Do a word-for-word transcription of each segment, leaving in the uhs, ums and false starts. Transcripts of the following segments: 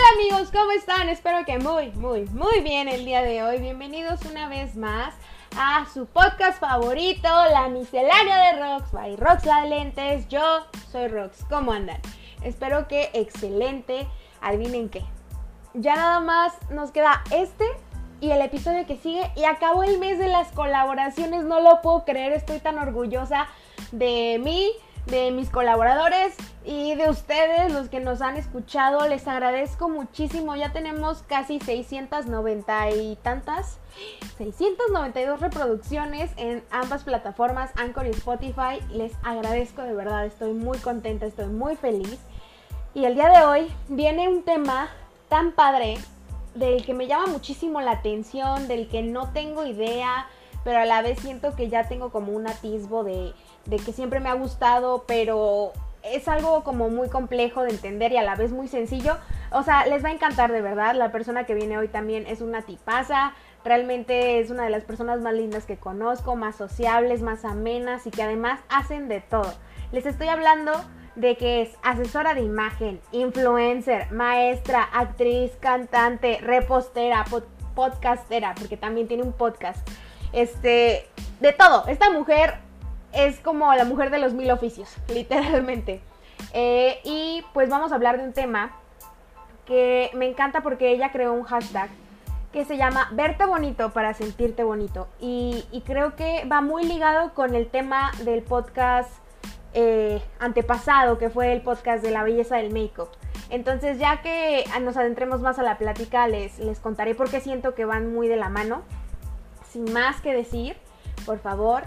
Amigos, ¿cómo están? Espero que muy, muy, muy bien el día de hoy. Bienvenidos una vez más a su podcast favorito, La Miscelánea de Rox by Rox la de Lentes. Yo soy Rox, ¿cómo andan? Espero que excelente. Adivinen qué, ya nada más nos queda este y el episodio que sigue y acabó el mes de las colaboraciones. No lo puedo creer, estoy tan orgullosa de mí, de mis colaboradores y de ustedes, los que nos han escuchado. Les agradezco muchísimo. Ya tenemos casi seiscientas noventa y tantas, seiscientas noventa y dos reproducciones en ambas plataformas, Anchor y Spotify. Les agradezco de verdad, estoy muy contenta, estoy muy feliz. Y el día de hoy viene un tema tan padre, del que me llama muchísimo la atención, del que no tengo idea, pero a la vez siento que ya tengo como un atisbo de, de que siempre me ha gustado, pero es algo como muy complejo de entender y a la vez muy sencillo. O sea, les va a encantar de verdad. La persona que viene hoy también es una tipaza, realmente es una de las personas más lindas que conozco, más sociables, más amenas y que además hacen de todo. Les estoy hablando de que es asesora de imagen, influencer, maestra, actriz, cantante, repostera, pod- podcastera, porque también tiene un podcast. Este, de todo. Esta mujer es como la mujer de los mil oficios, literalmente. Eh, y pues vamos a hablar de un tema que me encanta porque ella creó un hashtag que se llama Verte Bonito para Sentirte Bonito. Y, y creo que va muy ligado con el tema del podcast eh, antepasado, que fue el podcast de la belleza del make-up. Entonces, ya que nos adentremos más a la plática, les, les contaré por qué siento que van muy de la mano. Sin más que decir, por favor,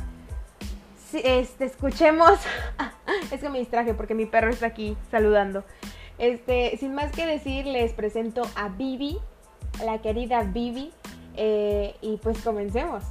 este, escuchemos. Es que me distraje porque mi perro está aquí saludando. Este, sin más que decir, les presento a Vivi, la querida Vivi, eh, y pues comencemos.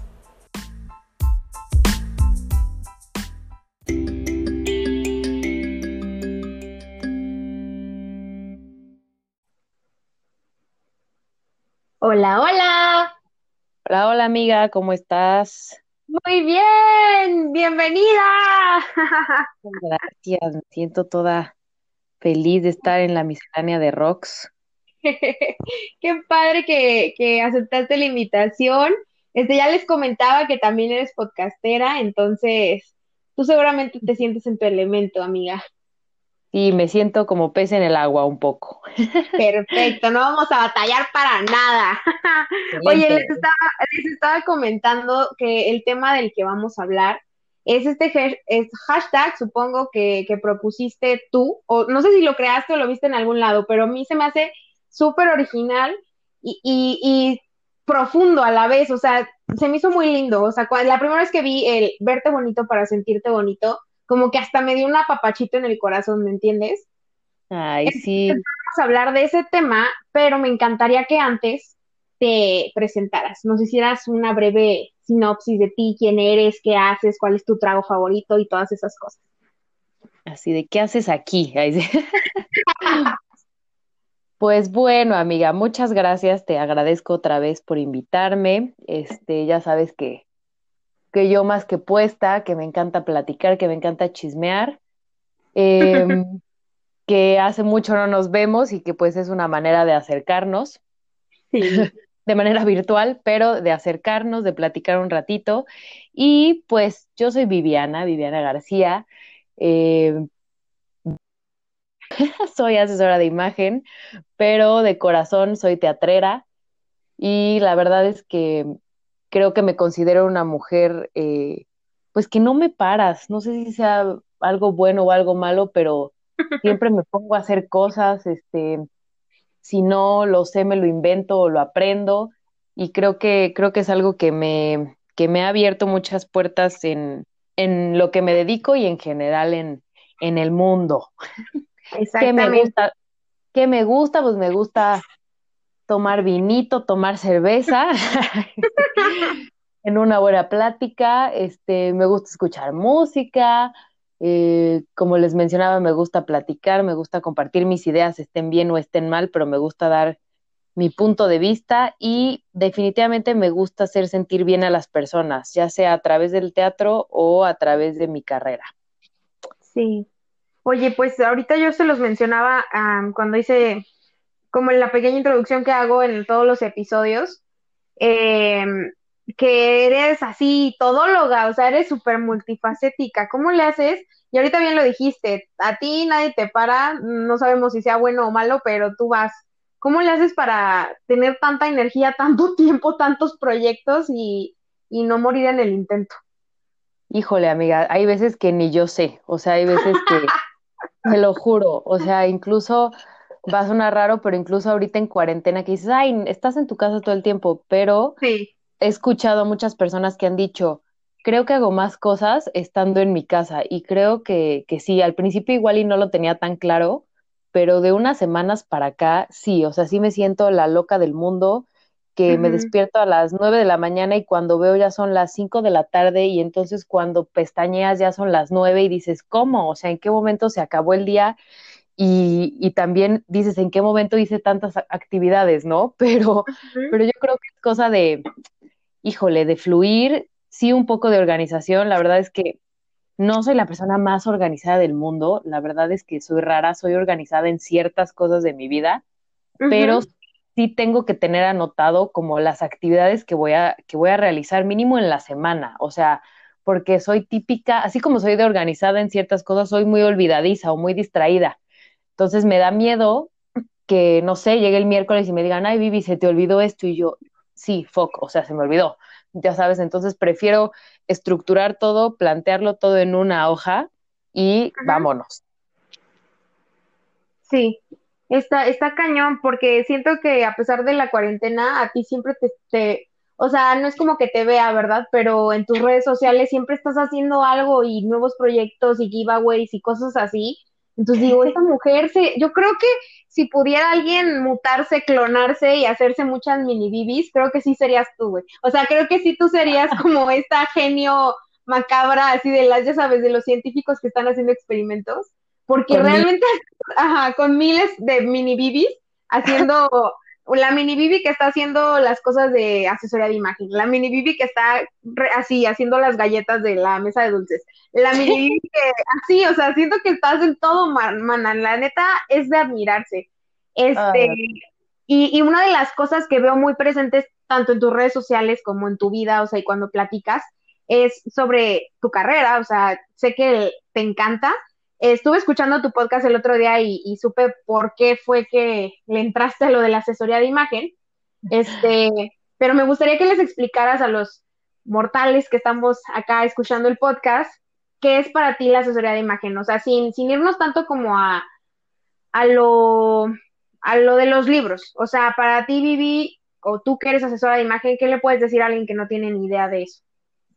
Hola, hola. Hola, hola amiga, ¿cómo estás? Muy bien, bienvenida. Gracias, me siento toda feliz de estar en la miscelánea de Rox. Qué padre que, que aceptaste la invitación. Este, ya les comentaba que también eres podcastera, entonces tú seguramente te sientes en tu elemento, amiga. Sí, me siento como pez en el agua un poco. Perfecto, no vamos a batallar para nada. Oye, les Excelente. estaba, les estaba comentando que el tema del que vamos a hablar es este ha- es hashtag, supongo que, que propusiste tú, o no sé si lo creaste o lo viste en algún lado, pero a mí se me hace súper original y, y, y profundo a la vez. O sea, se me hizo muy lindo. O sea, cua- la primera vez que vi el verte bonito para sentirte bonito, como que hasta me dio un apapachito en el corazón, ¿me entiendes? Ay, sí, Vamos a hablar de ese tema, pero me encantaría que antes te presentaras, nos hicieras una breve sinopsis de ti, quién eres, qué haces, cuál es tu trago favorito y todas esas cosas. así de, ¿qué haces aquí? Ay, sí. Pues bueno, amiga, muchas gracias, te agradezco otra vez por invitarme. Este, ya sabes que, que yo más que puesta, que me encanta platicar, que me encanta chismear. Em, que hace mucho no nos vemos y que pues es una manera de acercarnos Sí. de manera virtual, pero de acercarnos, de platicar un ratito. Y pues yo soy Viviana, Viviana García, eh, soy asesora de imagen, pero de corazón soy teatrera y la verdad es que creo que me considero una mujer, eh, pues que no me paras, no sé si sea algo bueno o algo malo, pero siempre me pongo a hacer cosas, este, si no lo sé, me lo invento o lo aprendo y creo que, creo que es algo que me, que me ha abierto muchas puertas en, en lo que me dedico y en general en, en el mundo. ¿Qué me Exactamente. gusta? ¿Qué me gusta? Pues me gusta tomar vinito, tomar cerveza en una buena plática, este, me gusta escuchar música, eh, como les mencionaba, me gusta platicar, me gusta compartir mis ideas, estén bien o estén mal, pero me gusta dar mi punto de vista y definitivamente me gusta hacer sentir bien a las personas, ya sea a través del teatro o a través de mi carrera. Sí. Oye, pues ahorita yo se los mencionaba am, cuando hice como en la pequeña introducción que hago en todos los episodios, eh, que eres así todóloga, o sea, eres súper multifacética. ¿Cómo le haces? Y ahorita bien lo dijiste, a ti nadie te para, no sabemos si sea bueno o malo, pero tú vas. ¿Cómo le haces para tener tanta energía, tanto tiempo, tantos proyectos y, y no morir en el intento? Híjole, amiga, hay veces que ni yo sé, o sea, hay veces que, te lo juro, o sea, incluso va a sonar raro, pero incluso ahorita en cuarentena que dices, ay, estás en tu casa todo el tiempo, pero Sí. he escuchado a muchas personas que han dicho, creo que hago más cosas estando en mi casa y creo que, que sí, al principio igual y no lo tenía tan claro, pero de unas semanas para acá, sí, o sea, sí me siento la loca del mundo, que me Ujú. despierto a las nueve de la mañana y cuando veo ya son las cinco de la tarde y entonces cuando pestañeas ya son las nueve y dices, ¿cómo? O sea, ¿en qué momento se acabó el día? Y, y también dices, ¿en qué momento hice tantas a- actividades, no? Pero, Ujú. pero yo creo que es cosa de, híjole, de fluir, sí un poco de organización. La verdad es que no soy la persona más organizada del mundo. La verdad es que soy rara, soy organizada en ciertas cosas de mi vida, pero Ujú. sí tengo que tener anotado como las actividades que voy a, que voy a realizar mínimo en la semana. O sea, porque soy típica, así como soy de organizada en ciertas cosas, soy muy olvidadiza o muy distraída. Entonces me da miedo que, no sé, llegue el miércoles y me digan, ay, Vivi, se te olvidó esto y yo, sí, fuck, o sea, se me olvidó, ya sabes, entonces prefiero estructurar todo, plantearlo todo en una hoja y Ujú. vámonos. Sí, está, está cañón porque siento que a pesar de la cuarentena, a ti siempre te, te, o sea, no es como que te vea, ¿verdad? Pero en tus redes sociales siempre estás haciendo algo y nuevos proyectos y giveaways y cosas así. Entonces digo, esta mujer se, yo creo que si pudiera alguien mutarse, clonarse y hacerse muchas mini bibis, creo que sí serías tú, güey. O sea, creo que sí tú serías como esta genio macabra, así de las, ya sabes, de los científicos que están haciendo experimentos, porque Con mi, realmente ajá, con miles de mini bibis haciendo la mini bibi que está haciendo las cosas de asesoría de imagen, la mini bibi que está re- así haciendo las galletas de la mesa de dulces, la mini bibi que así, o sea, siento que estás en todo, man, mana, la neta es de admirarse. Este, ay, y, y una de las cosas que veo muy presentes tanto en tus redes sociales como en tu vida, o sea, y cuando platicas, es sobre tu carrera, o sea, sé que te encanta. Estuve escuchando tu podcast el otro día y, y supe por qué fue que le entraste a lo de la asesoría de imagen. Este, pero me gustaría que les explicaras a los mortales que estamos acá escuchando el podcast, qué es para ti la asesoría de imagen. O sea, sin, sin irnos tanto como a, a lo, a lo de los libros. O sea, para ti, Vivi, o tú que eres asesora de imagen, ¿qué le puedes decir a alguien que no tiene ni idea de eso?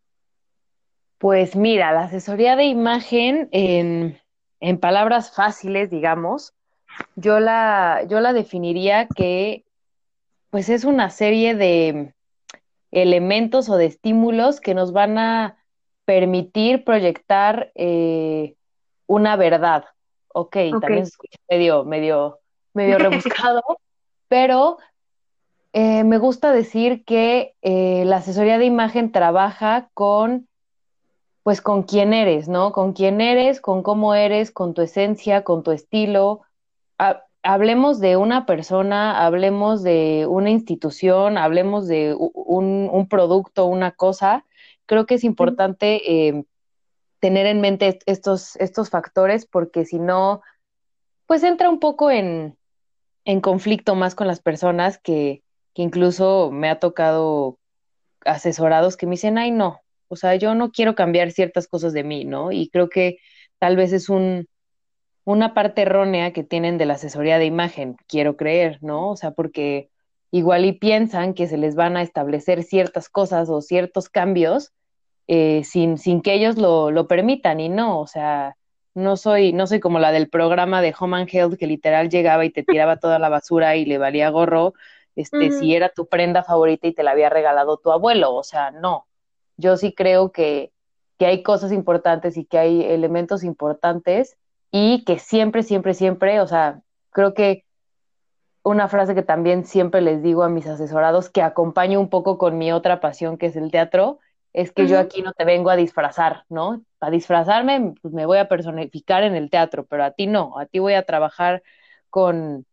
pues mira, la asesoría de imagen en, en palabras fáciles, digamos, yo la, yo la definiría que pues es una serie de elementos o de estímulos que nos van a permitir proyectar eh, una verdad. Ok, Ok. también se escucha medio, medio, medio rebuscado, pero eh, me gusta decir que eh, la asesoría de imagen trabaja con, pues, con quién eres, ¿no? Con quién eres, con cómo eres, con tu esencia, con tu estilo. Ha- hablemos de una persona, hablemos de una institución, hablemos de u- un, un producto, una cosa. Creo que es importante eh, tener en mente est- estos, estos factores porque si no, pues entra un poco en, en conflicto más con las personas que, que incluso me ha tocado asesorados que me dicen, ay, no, o sea, yo no quiero cambiar ciertas cosas de mí, ¿no? Y creo que tal vez es un una parte errónea que tienen de la asesoría de imagen, quiero creer, ¿no? O sea, porque igual y piensan que se les van a establecer ciertas cosas o ciertos cambios eh, sin, sin que ellos lo, lo permitan y no, o sea, no soy, no soy como la del programa de Home and Health que literal llegaba y te tiraba toda la basura y le valía gorro, este, si Ujú. era tu prenda favorita y te la había regalado tu abuelo, o sea, no. Yo sí creo que, que hay cosas importantes y que hay elementos importantes y que siempre, siempre, siempre, o sea, creo que una frase que también siempre les digo a mis asesorados, que acompaño un poco con mi otra pasión, que es el teatro, es que yo Ujú. aquí no te vengo a disfrazar, ¿no? Para disfrazarme, pues me voy a personificar en el teatro, pero a ti no, a ti voy a trabajar con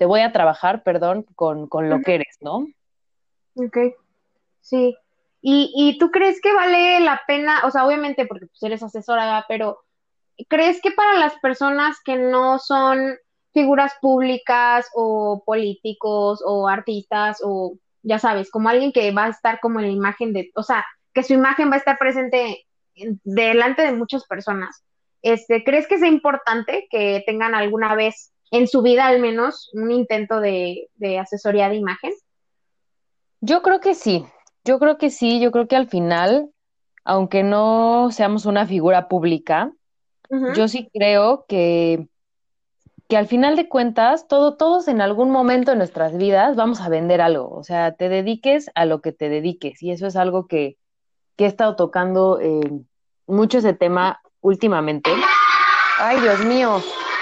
te voy a trabajar, perdón, con, con lo Ujú. que eres, ¿no? Ok, sí. ¿Y, y tú crees que vale la pena, o sea, obviamente porque pues, eres asesora, ¿verdad? Pero ¿crees que para las personas que no son figuras públicas o políticos o artistas o ya sabes, como alguien que va a estar como en la imagen de, o sea, que su imagen va a estar presente en- delante de muchas personas, este, ¿crees que sea importante que tengan alguna vez en su vida al menos un intento de, de asesoría de imagen? Yo creo que sí, yo creo que sí, yo creo que al final, aunque no seamos una figura pública, Ujú, yo sí creo que, que al final de cuentas, todo, todos en algún momento de nuestras vidas vamos a vender algo, o sea, te dediques a lo que te dediques, y eso es algo que, que he estado tocando eh, mucho ese tema últimamente. Ay, Dios mío,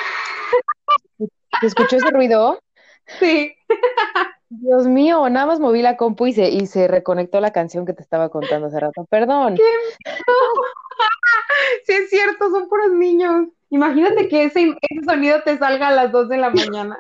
¿se escuchó ese ruido? sí. Dios mío, nada más moví la compu y se, y se reconectó la canción que te estaba contando hace rato. Perdón. ¡Qué miedo! Sí, es cierto, son puros niños. Imagínate que ese, ese sonido te salga a las dos de la mañana.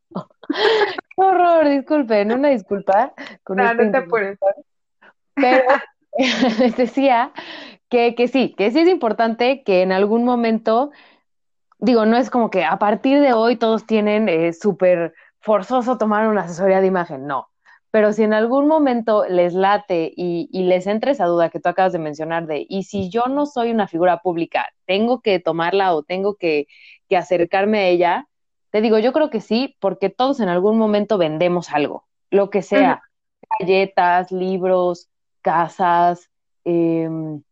Qué horror, disculpen, una disculpa con No, este no te interruptor, apures. pero les decía que, que sí, que sí es importante que en algún momento, digo, no es como que a partir de hoy todos tienen eh, súper forzoso tomar una asesoría de imagen, no. Pero si en algún momento les late y, y les entra esa duda que tú acabas de mencionar de, y si yo no soy una figura pública, tengo que tomarla o tengo que, que acercarme a ella, te digo, yo creo que sí, porque todos en algún momento vendemos algo, lo que Ujú, sea, galletas, libros, casas, em,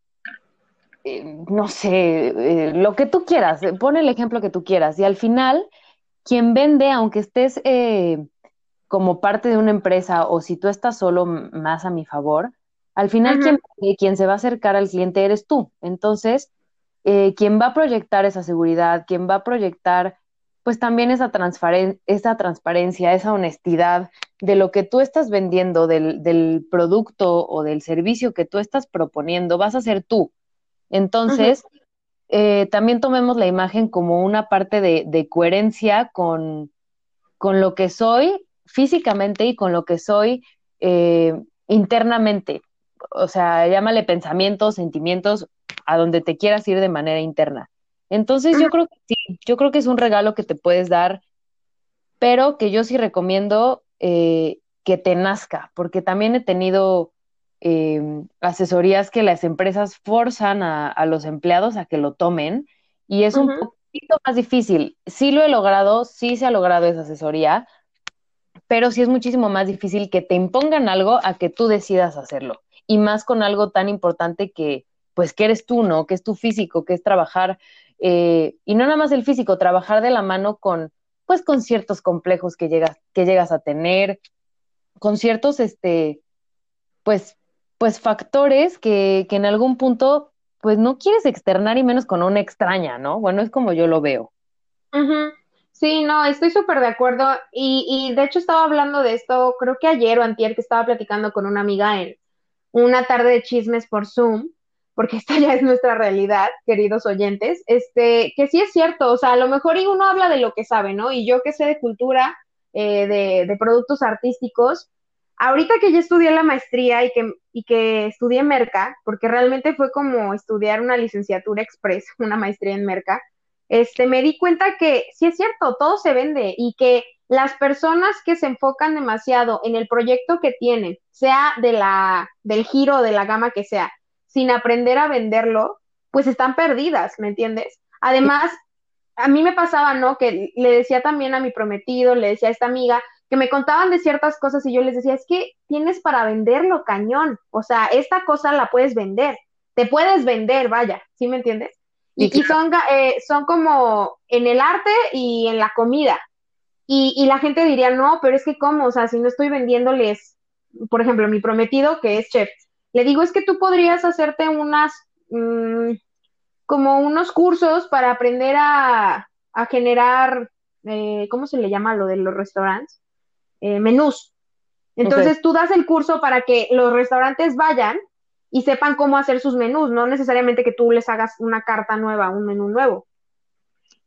eh, no sé, eh, lo que tú quieras, eh, pon el ejemplo que tú quieras. Y al final, quien vende, aunque estés eh, como parte de una empresa o si tú estás solo m- más a mi favor, al final ujú, quien, vende, quien se va a acercar al cliente eres tú. Entonces, eh, quien va a proyectar esa seguridad, quien va a proyectar pues también esa, transfaren- esa transparencia, esa honestidad de lo que tú estás vendiendo, del, del producto o del servicio que tú estás proponiendo, vas a ser tú. ujú, Entonces, eh, también tomemos la imagen como una parte de, de coherencia con, con lo que soy físicamente y con lo que soy eh, internamente. O sea, llámale pensamientos, sentimientos, a donde te quieras ir de manera interna. Entonces, ujú. yo creo que sí, yo creo que es un regalo que te puedes dar, pero que yo sí recomiendo eh, que te nazca, porque también he tenido eh, asesorías que las empresas forzan a, a los empleados a que lo tomen y es un Ujú, poquito más difícil. Sí lo he logrado, sí se ha logrado esa asesoría, pero sí es muchísimo más difícil que te impongan algo a que tú decidas hacerlo. Y más con algo tan importante que, pues, que eres tú, ¿no? Que es tu físico, que es trabajar, eh, y no nada más el físico, trabajar de la mano con, pues, con ciertos complejos que llegas, que llegas a tener, con ciertos, este, pues, pues, factores que, que en algún punto, pues, no quieres externar y menos con una extraña, ¿no? Bueno, es como yo lo veo. ujú. Sí, no, estoy súper de acuerdo. Y, y de hecho estaba hablando de esto, creo que ayer o antier que estaba platicando con una amiga en una tarde de chismes por Zoom, porque esta ya es nuestra realidad, queridos oyentes, este, que sí es cierto, o sea, a lo mejor y uno habla de lo que sabe, ¿no? Y yo que sé de cultura, eh, de, de productos artísticos, ahorita que ya estudié la maestría y que, y que estudié Merca, porque realmente fue como estudiar una licenciatura express, una maestría en Merca, este, me di cuenta que sí es cierto, todo se vende y que las personas que se enfocan demasiado en el proyecto que tienen, sea de la, del giro o de la gama que sea, sin aprender a venderlo, pues están perdidas, ¿me entiendes? Además, a mí me pasaba, ¿no? Que le decía también a mi prometido, le decía a esta amiga, que me contaban de ciertas cosas y yo les decía, es que tienes para venderlo, cañón. O sea, esta cosa la puedes vender, te puedes vender, vaya, ¿sí me entiendes? Sí, Y, y son, eh, son como en el arte y en la comida. Y, y la gente diría, no, pero es que cómo, o sea, si no estoy vendiéndoles, por ejemplo, mi prometido, que es chef, le digo, es que tú podrías hacerte unas, mmm, como unos cursos para aprender a, a generar, eh, ¿cómo se le llama lo de los restaurantes? Eh, menús. ok. Entonces tú das el curso para que los restaurantes vayan y sepan cómo hacer sus menús, no necesariamente que tú les hagas una carta nueva, un menú nuevo.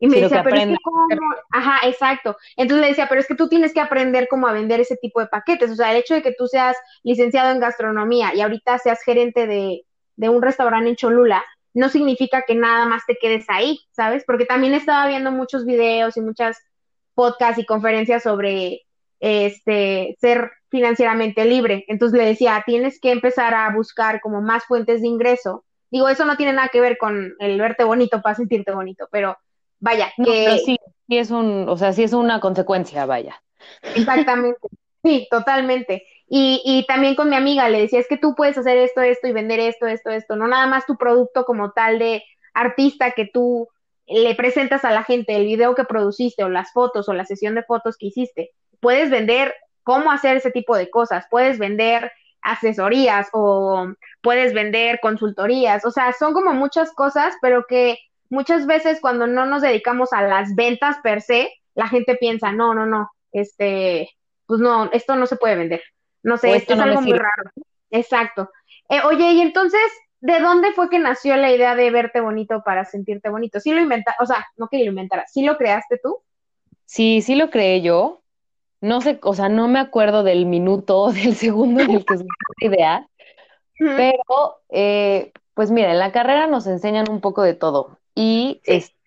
Y me sino que decía, pero es que aprenda. cómo, ajá, exacto. Entonces le decía, pero es que tú tienes que aprender cómo a vender ese tipo de paquetes. O sea, el hecho de que tú seas licenciado en gastronomía y ahorita seas gerente de, de un restaurante en Cholula, no significa que nada más te quedes ahí, ¿sabes? Porque también estaba viendo muchos videos y muchas podcasts y conferencias sobre este ser financieramente libre. Entonces le decía, tienes que empezar a buscar como más fuentes de ingreso. Digo, eso no tiene nada que ver con el verte bonito para sentirte bonito, pero vaya, No, pero que sí, sí es un, o sea, sí es una consecuencia, vaya. exactamente, sí, totalmente. Y, y también con mi amiga le decía, es que tú puedes hacer esto, esto y vender esto, esto, esto, no nada más tu producto como tal de artista que tú le presentas a la gente, el video que produciste o las fotos o la sesión de fotos que hiciste. Puedes vender cómo hacer ese tipo de cosas, puedes vender asesorías o puedes vender consultorías, o sea, son como muchas cosas, pero que muchas veces cuando no nos dedicamos a las ventas per se, la gente piensa, no, no, no, este, pues no, esto no se puede vender. No O sé, es, esto es no me algo muy sirve. raro. Exacto. Eh, oye, y entonces, ¿de dónde fue que nació la idea de verte bonito para sentirte bonito? Sí lo inventaste, o sea, no que lo inventara, ¿sí lo creaste tú? Sí, sí lo creé yo. No sé, o sea, no me acuerdo del minuto o del segundo en el que surgió la idea, Ujú. pero eh, pues mira, en la carrera nos enseñan un poco de todo y Sí. este,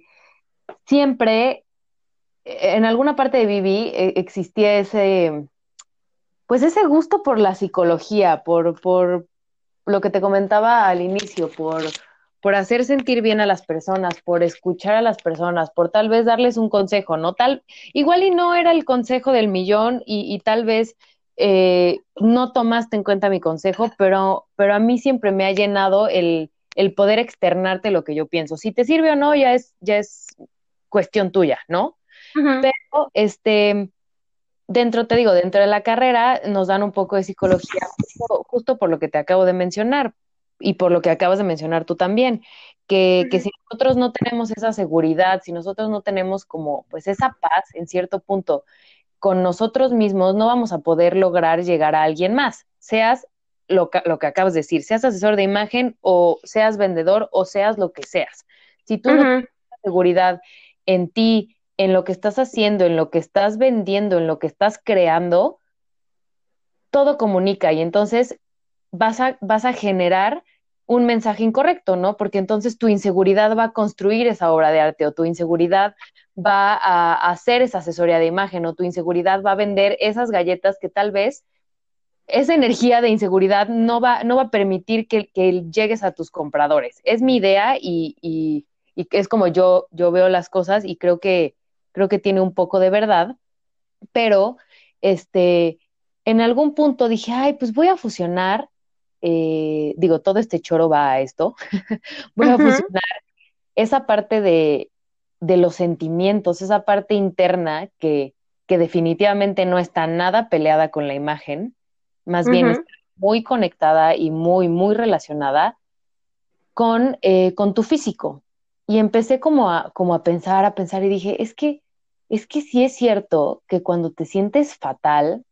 siempre eh, en alguna parte de Vivi eh, existía ese, pues ese gusto por la psicología, por, por lo que te comentaba al inicio, por, por hacer sentir bien a las personas, por escuchar a las personas, por tal vez darles un consejo, ¿no? Tal, igual y no era el consejo del millón y, y tal vez eh, no tomaste en cuenta mi consejo, pero, pero a mí siempre me ha llenado el, el poder externarte lo que yo pienso. Si te sirve o no, ya es, ya es cuestión tuya, ¿no? Ujú, Pero este dentro, te digo, dentro de la carrera nos dan un poco de psicología, justo, justo por lo que te acabo de mencionar y por lo que acabas de mencionar tú también, que, que ujú, si nosotros no tenemos esa seguridad, si nosotros no tenemos como pues esa paz en cierto punto con nosotros mismos, no vamos a poder lograr llegar a alguien más, seas lo, que- lo que acabas de decir, seas asesor de imagen o seas vendedor o seas lo que seas. Si tú no ujú. tienes seguridad en ti, en lo que estás haciendo, en lo que estás vendiendo, en lo que estás creando, todo comunica y entonces vas a, vas a generar un mensaje incorrecto, ¿no? Porque entonces tu inseguridad va a construir esa obra de arte o tu inseguridad va a, a hacer esa asesoría de imagen o tu inseguridad va a vender esas galletas que tal vez esa energía de inseguridad no va, no va a permitir que, que llegues a tus compradores. Es mi idea y, y, y es como yo, yo veo las cosas y creo que, creo que tiene un poco de verdad, pero este, en algún punto dije, ay, pues voy a fusionar, eh, digo, todo este choro va a esto, voy a Ujú, fusionar esa parte de, de los sentimientos, esa parte interna que, que definitivamente no está nada peleada con la imagen, más bien ujú. está muy conectada y muy, muy relacionada con, eh, con tu físico. Y empecé como a, como a pensar, a pensar y dije, es que, es que sí es cierto que cuando te sientes fatal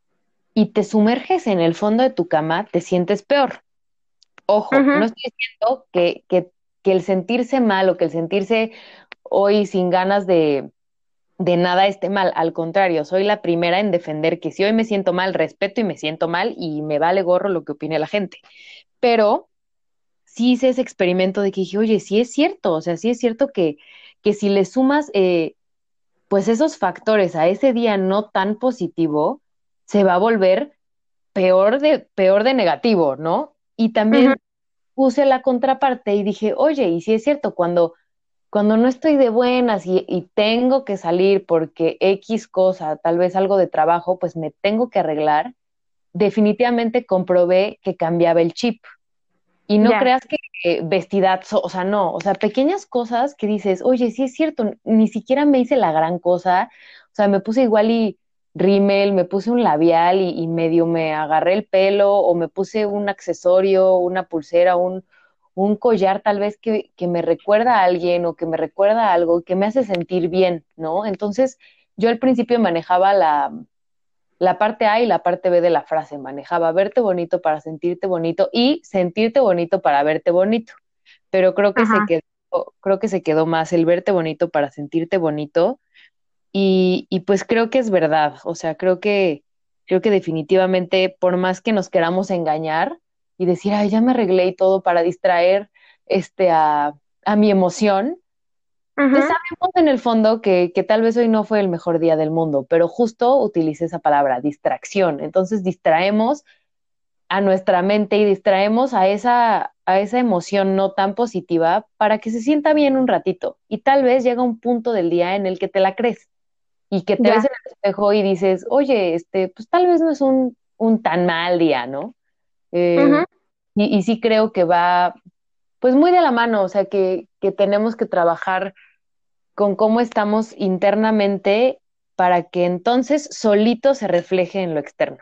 y te sumerges en el fondo de tu cama, te sientes peor. Ojo, no Ujú. estoy diciendo que, que, que el sentirse mal o que el sentirse hoy sin ganas de, de nada esté mal. Al contrario, soy la primera en defender que si hoy me siento mal, respeto y me siento mal y me vale gorro lo que opine la gente. Pero sí hice ese experimento de que dije, oye, sí es cierto, o sea, sí es cierto que, que si le sumas eh, pues esos factores a ese día no tan positivo, se va a volver peor de, peor de negativo, ¿no? Y Ujú. también puse la contraparte y dije, oye, y si es cierto, cuando, cuando no estoy de buenas y, y tengo que salir porque X cosa, tal vez algo de trabajo, pues me tengo que arreglar, definitivamente comprobé que cambiaba el chip. Y no Ya. creas que eh, vestidazo, o sea, no, o sea, pequeñas cosas que dices, oye, sí es cierto, ni siquiera me hice la gran cosa, o sea, me puse igual y rímel, me puse un labial y, y medio me agarré el pelo o me puse un accesorio, una pulsera, un, un collar tal vez que, que me recuerda a alguien o que me recuerda a algo que me hace sentir bien, ¿no? Entonces, yo al principio manejaba la la parte A y la parte B de la frase. Manejaba verte bonito para sentirte bonito y sentirte bonito para verte bonito. Pero creo que se Ajá. quedó creo que se quedó más el verte bonito para sentirte bonito y, y pues creo que es verdad, o sea, creo que, creo que definitivamente por más que nos queramos engañar y decir, ay, ya me arreglé y todo para distraer este, a, a mi emoción, pues Ujú. sabemos en el fondo que, que tal vez hoy no fue el mejor día del mundo, pero justo utilicé esa palabra, distracción. Entonces distraemos a nuestra mente y distraemos a esa, a esa emoción no tan positiva para que se sienta bien un ratito. Y tal vez llega un punto del día en el que te la crees y que te ves Ya. en el espejo y dices, oye, este, pues tal vez no es un, un tan mal día, ¿no? Eh, Ujú. y, y sí creo que va, pues muy de la mano, o sea, que, que tenemos que trabajar con cómo estamos internamente para que entonces solito se refleje en lo externo.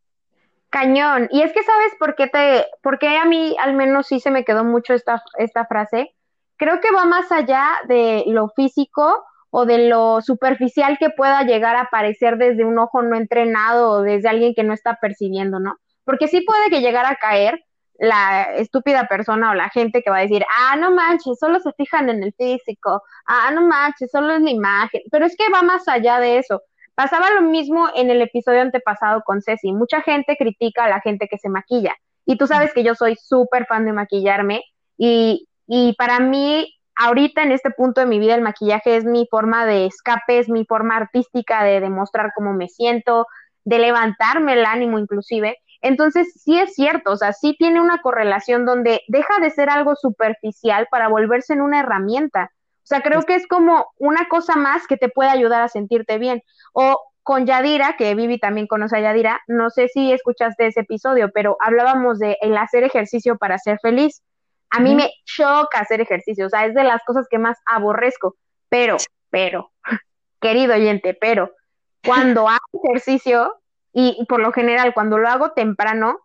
Cañón. Y es que sabes por qué te, por qué a mí al menos sí se me quedó mucho esta, esta frase. Creo que va más allá de lo físico o de lo superficial que pueda llegar a parecer desde un ojo no entrenado o desde alguien que no está percibiendo, ¿no? Porque sí puede que llegara a caer la estúpida persona o la gente que va a decir, ah, no manches, solo se fijan en el físico, ah, no manches, solo es la imagen, pero es que va más allá de eso. Pasaba lo mismo en el episodio antepasado con Ceci. Mucha gente critica a la gente que se maquilla. Y tú sabes que yo soy súper fan de maquillarme. Y, y para mí, ahorita en este punto de mi vida, el maquillaje es mi forma de escape, es mi forma artística de demostrar cómo me siento, de levantarme el ánimo inclusive. Entonces, sí es cierto, o sea, sí tiene una correlación donde deja de ser algo superficial para volverse en una herramienta. O sea, creo que es como una cosa más que te puede ayudar a sentirte bien. O con Yadira, que Vivi también conoce a Yadira, no sé si escuchaste ese episodio, pero hablábamos de el hacer ejercicio para ser feliz. A mí Ujú. me choca hacer ejercicio, o sea, es de las cosas que más aborrezco, pero, pero, querido oyente, pero cuando hago ejercicio, y, y por lo general cuando lo hago temprano,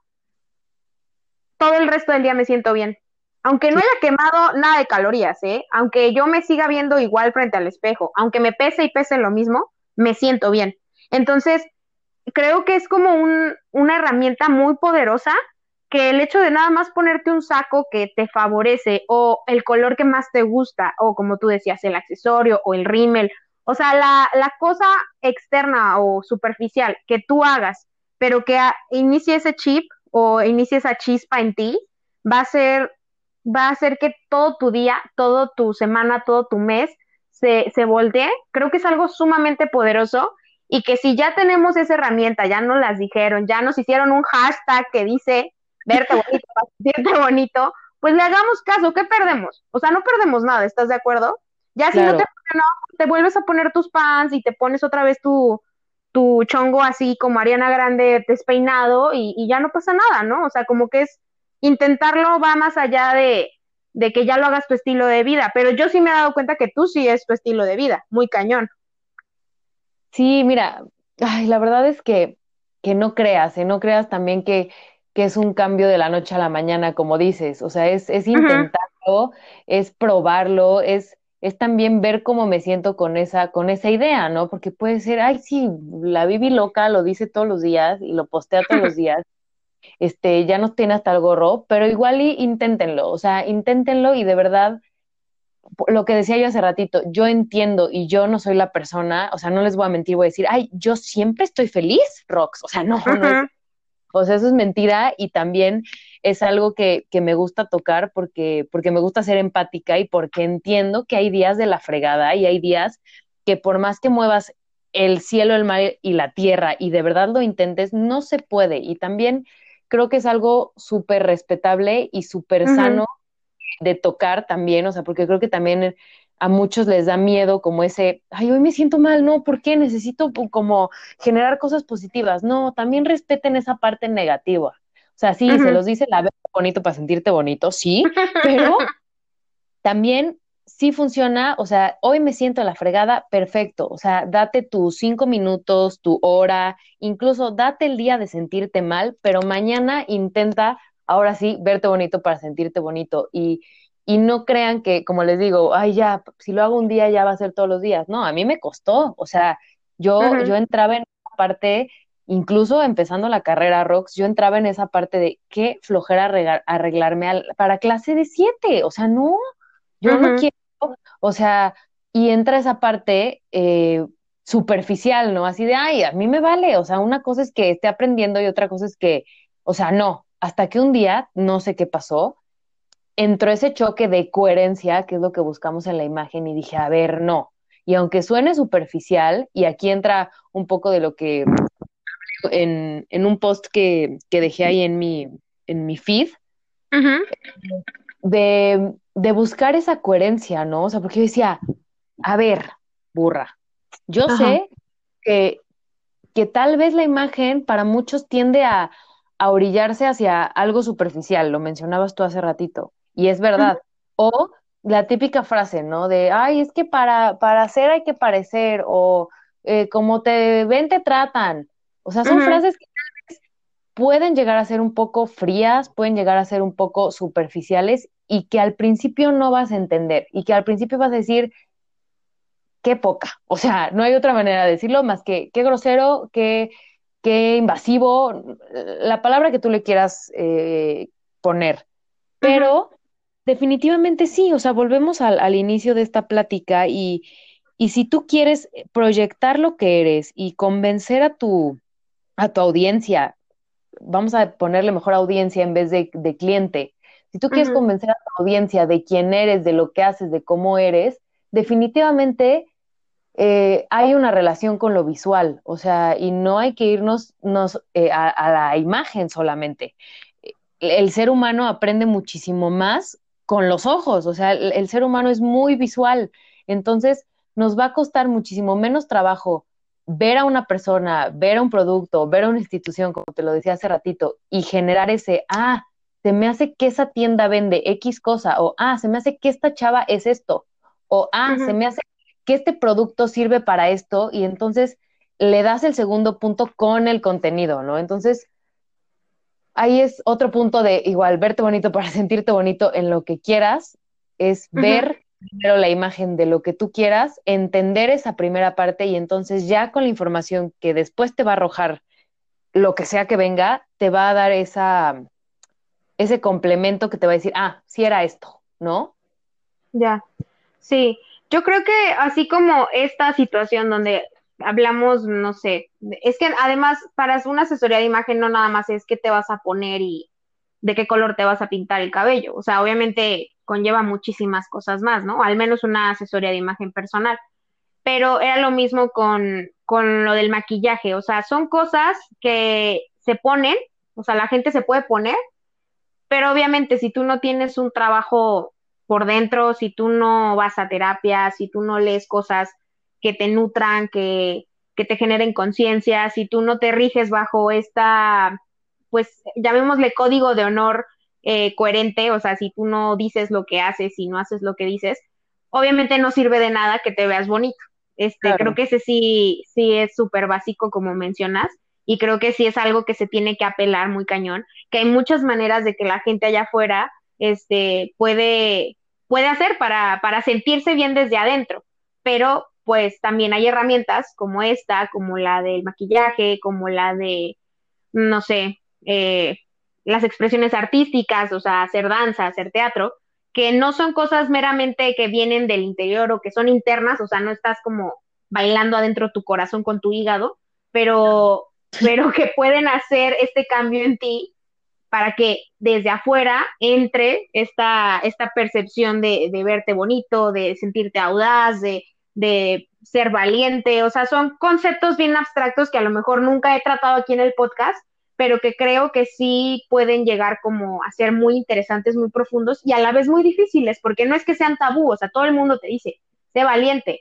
todo el resto del día me siento bien. Aunque no Sí, haya quemado nada de calorías, ¿eh? Aunque yo me siga viendo igual frente al espejo, aunque me pese y pese lo mismo, me siento bien. Entonces, creo que es como un, una herramienta muy poderosa que el hecho de nada más ponerte un saco que te favorece o el color que más te gusta o como tú decías, el accesorio o el rímel, o sea, la, la cosa externa o superficial que tú hagas, pero que a, inicie ese chip o inicie esa chispa en ti, va a ser, va a hacer que todo tu día, todo tu semana, todo tu mes se, se voltee. Creo que es algo sumamente poderoso y que si ya tenemos esa herramienta, ya nos las dijeron, ya nos hicieron un hashtag que dice verte bonito, sentirte bonito, pues le hagamos caso, ¿qué perdemos? O sea, no perdemos nada, ¿estás de acuerdo? Ya si no te claro. funcionó, te vuelves a poner tus pants y te pones otra vez tu, tu chongo así como Ariana Grande despeinado y, y ya no pasa nada, ¿no? O sea, como que es intentarlo va más allá de, de que ya lo hagas tu estilo de vida, pero yo sí me he dado cuenta que tú sí es tu estilo de vida, muy cañón. Sí, mira, ay, la verdad es que, que no creas, ¿eh? No creas también que, que es un cambio de la noche a la mañana, como dices. O sea, es, es Ujú. intentarlo, es probarlo, es, es también ver cómo me siento con esa, con esa idea, ¿no? Porque puede ser, ay, sí, la Bibi loca lo dice todos los días y lo postea todos los días, este, ya nos tiene hasta el gorro, pero igual y inténtenlo, o sea, inténtenlo y de verdad lo que decía yo hace ratito, yo entiendo y yo no soy la persona, o sea, no les voy a mentir, voy a decir, ay, yo siempre estoy feliz, Rox, o sea, no, no es, Ujú. o sea, eso es mentira y también es algo que, que me gusta tocar porque, porque me gusta ser empática y porque entiendo que hay días de la fregada y hay días que por más que muevas el cielo, el mar y la tierra y de verdad lo intentes, no se puede. Y también creo que es algo súper respetable y súper Ujú. sano de tocar también, o sea, porque creo que también a muchos les da miedo como ese, ay, hoy me siento mal, no, ¿por qué? Necesito como generar cosas positivas. No, también respeten esa parte negativa. O sea, sí, se Ujú. los dice la vez bonito para sentirte bonito, sí, pero también sí funciona, o sea, hoy me siento a la fregada, perfecto, o sea, date tus cinco minutos, tu hora, incluso date el día de sentirte mal, pero mañana intenta, ahora sí, verte bonito para sentirte bonito y, y no crean que, como les digo, ay, ya, si lo hago un día ya va a ser todos los días, no, a mí me costó, o sea, yo, Ujú. yo entraba en esa parte, incluso empezando la carrera Rox, yo entraba en esa parte de qué flojera arreglar- arreglarme al- para clase de siete, o sea, no, Yo no Ujú, quiero, o sea, y entra esa parte eh, superficial, ¿no? Así de, ay, a mí me vale, o sea, una cosa es que esté aprendiendo y otra cosa es que, o sea, no, hasta que un día, no sé qué pasó, entró ese choque de coherencia, que es lo que buscamos en la imagen, y dije, a ver, no. Y aunque suene superficial, y aquí entra un poco de lo que en, en un post que, que dejé ahí en mi, en mi feed, ujú, de, de buscar esa coherencia, ¿no? O sea, porque yo decía, a ver, burra, yo ajá, sé que, que tal vez la imagen para muchos tiende a, a orillarse hacia algo superficial, lo mencionabas tú hace ratito, y es ujú, verdad. O la típica frase, ¿no? De, ay, es que para, para hacer hay que parecer, o eh, como te ven, te tratan. O sea, son ujú, frases que pueden llegar a ser un poco frías, pueden llegar a ser un poco superficiales y que al principio no vas a entender y que al principio vas a decir, qué poca. O sea, no hay otra manera de decirlo más que qué grosero, qué, qué invasivo, la palabra que tú le quieras eh, poner. ujú, Pero definitivamente sí, o sea, volvemos al, al inicio de esta plática y, y si tú quieres proyectar lo que eres y convencer a tu, a tu audiencia, vamos a ponerle mejor audiencia en vez de, de cliente. Si tú quieres ujú. convencer a tu audiencia de quién eres, de lo que haces, de cómo eres, definitivamente eh, hay una relación con lo visual, o sea, y no hay que irnos nos, eh, a, a la imagen solamente. El ser humano aprende muchísimo más con los ojos, o sea, el, el ser humano es muy visual, entonces nos va a costar muchísimo menos trabajo ver a una persona, ver a un producto, ver a una institución, como te lo decía hace ratito, y generar ese, ah, se me hace que esa tienda vende X cosa, o ah, se me hace que esta chava es esto, o ah, se Ujú. me hace que este producto sirve para esto, y entonces le das el segundo punto con el contenido, ¿no? Entonces, ahí es otro punto de igual, verte bonito para sentirte bonito en lo que quieras, es Ujú. ver primero la imagen de lo que tú quieras, entender esa primera parte y entonces ya con la información que después te va a arrojar lo que sea que venga, te va a dar esa, ese complemento que te va a decir, ah, sí era esto, ¿no? Ya, sí. Yo creo que así como esta situación donde hablamos, no sé, es que además para una asesoría de imagen no nada más es qué te vas a poner y de qué color te vas a pintar el cabello. O sea, obviamente conlleva muchísimas cosas más, ¿no? Al menos una asesoría de imagen personal. Pero era lo mismo con, con lo del maquillaje. O sea, son cosas que se ponen, o sea, la gente se puede poner, pero obviamente si tú no tienes un trabajo por dentro, si tú no vas a terapia, si tú no lees cosas que te nutran, que, que te generen conciencia, si tú no te riges bajo esta, pues llamémosle código de honor eh, coherente, o sea, si tú no dices lo que haces y no haces lo que dices, obviamente no sirve de nada que te veas bonito. Este, creo Claro. que ese sí, sí es súper básico como mencionas y creo que sí es algo que se tiene que apelar muy cañón, que hay muchas maneras de que la gente allá afuera este, puede, puede hacer para, para sentirse bien desde adentro, pero pues también hay herramientas como esta, como la del maquillaje, como la de, no sé, eh, las expresiones artísticas, o sea, hacer danza, hacer teatro, que no son cosas meramente que vienen del interior o que son internas, o sea, no estás como bailando adentro tu corazón con tu hígado, pero, pero que pueden hacer este cambio en ti para que desde afuera entre esta, esta percepción de, de verte bonito, de sentirte audaz, de, de ser valiente. O sea, son conceptos bien abstractos que a lo mejor nunca he tratado aquí en el podcast, pero que creo que sí pueden llegar como a ser muy interesantes, muy profundos y a la vez muy difíciles, porque no es que sean tabú, o sea, todo el mundo te dice, sé valiente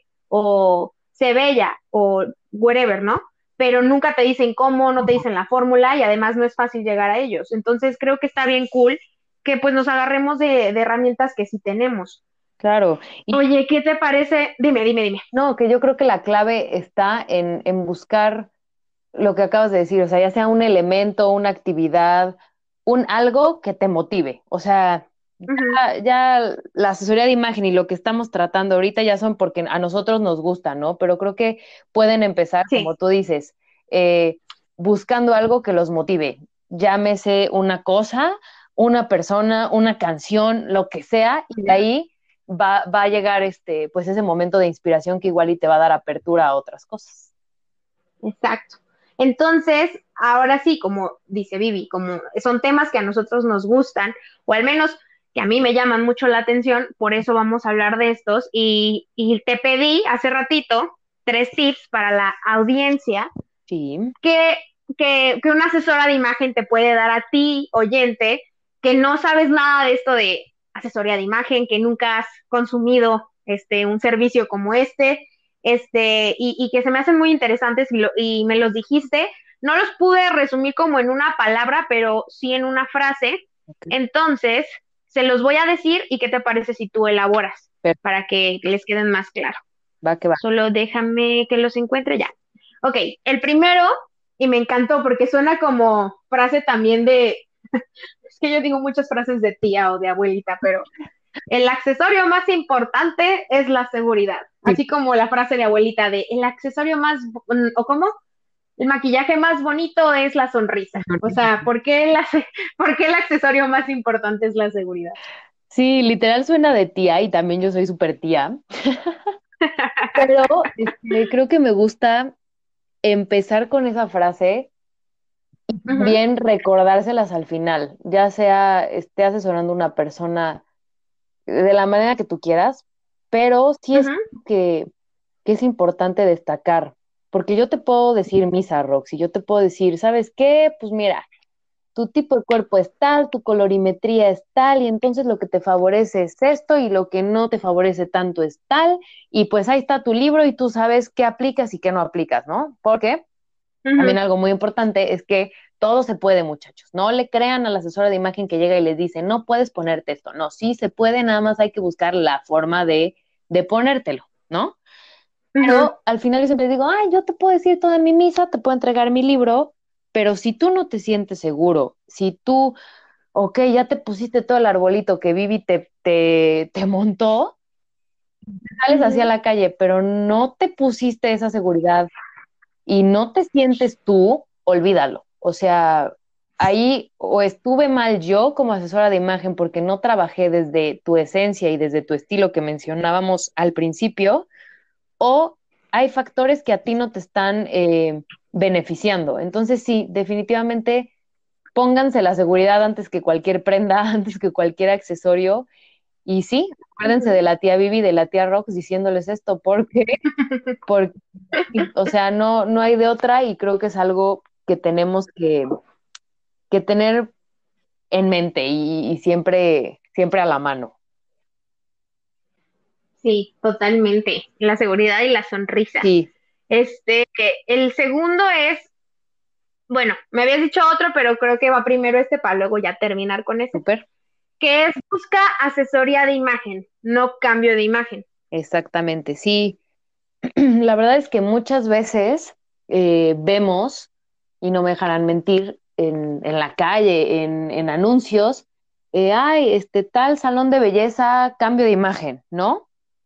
o sé bella o whatever, ¿no? Pero nunca te dicen cómo, no te dicen la fórmula y además no es fácil llegar a ellos. Entonces creo que está bien cool que pues nos agarremos de, de herramientas que sí tenemos. Claro. Y Oye, ¿qué te parece? Dime, dime, dime. no, que yo creo que la clave está en, en buscar lo que acabas de decir, o sea, ya sea un elemento, una actividad, un algo que te motive. O sea, Ujú. ya, ya la asesoría de imagen y lo que estamos tratando ahorita ya son porque a nosotros nos gusta, ¿no? Pero creo que pueden empezar, Sí. como tú dices, eh, buscando algo que los motive. Llámese una cosa, una persona, una canción, lo que sea, y de ahí va, va a llegar este, pues ese momento de inspiración que igual y te va a dar apertura a otras cosas. Exacto. Entonces, ahora sí, como dice Vivi, como son temas que a nosotros nos gustan, o al menos que a mí me llaman mucho la atención, por eso vamos a hablar de estos. Y, y te pedí hace ratito tres tips para la audiencia Sí. que, que, que una asesora de imagen te puede dar a ti, oyente, que no sabes nada de esto de asesoría de imagen, que nunca has consumido este, un servicio como este, este, y, y que se me hacen muy interesantes y, lo, y me los dijiste. No los pude resumir como en una palabra, pero sí en una frase. Okay. Entonces, se los voy a decir y qué te parece si tú elaboras Pero para que les queden más claro. va que va. Solo déjame que los encuentre ya. Ok, el primero, y me encantó porque suena como frase también de, es que yo digo muchas frases de tía o de abuelita, pero el accesorio más importante es la seguridad. Sí. Así como la frase de abuelita de el accesorio más, o cómo, el maquillaje más bonito es la sonrisa. O sea, ¿por qué, la, ¿por qué el accesorio más importante es la seguridad? Sí, literal suena de tía y también yo soy súper tía, pero este, creo que me gusta empezar con esa frase y Ujú, también recordárselas al final, ya sea esté asesorando a una persona de la manera que tú quieras, pero sí es ujú, que, que es importante destacar, porque yo te puedo decir misa, Rox, y yo te puedo decir, ¿sabes qué? Pues mira, tu tipo de cuerpo es tal, tu colorimetría es tal, y entonces lo que te favorece es esto y lo que no te favorece tanto es tal, y pues ahí está tu libro y tú sabes qué aplicas y qué no aplicas, ¿no? Porque también ujú, algo muy importante es que todo se puede, muchachos. No le crean a la asesora de imagen que llega y les dice, no puedes ponerte esto. No, sí se puede, nada más hay que buscar la forma de, de ponértelo, ¿no? ujú. Pero al final yo siempre digo, ay, yo te puedo decir toda mi misa, te puedo entregar mi libro, pero si tú no te sientes seguro, si tú, ok, ya te pusiste todo el arbolito que Vivi te, te, te montó, sales hacia Ujú. la calle, pero no te pusiste esa seguridad y no te sientes tú, olvídalo. O sea, ahí o estuve mal yo como asesora de imagen porque no trabajé desde tu esencia y desde tu estilo que mencionábamos al principio, o hay factores que a ti no te están eh, beneficiando. Entonces, sí, definitivamente pónganse la seguridad antes que cualquier prenda, antes que cualquier accesorio. Y sí, acuérdense Ujú. de la tía Vivi, de la tía Rox diciéndoles esto, porque, porque o sea, no, no hay de otra y creo que es algo que tenemos que, que tener en mente y, y siempre, siempre a la mano. Sí, totalmente. La seguridad y la sonrisa. Sí, Este, el segundo es, bueno, me habías dicho otro, pero creo que va primero este para luego ya terminar con ese, súper, que es busca asesoría de imagen, no cambio de imagen. exactamente, sí. La verdad es que muchas veces eh, vemos, y no me dejarán mentir, en, en la calle, en, en anuncios, eh, ay, este tal salón de belleza, cambio de imagen, ¿no?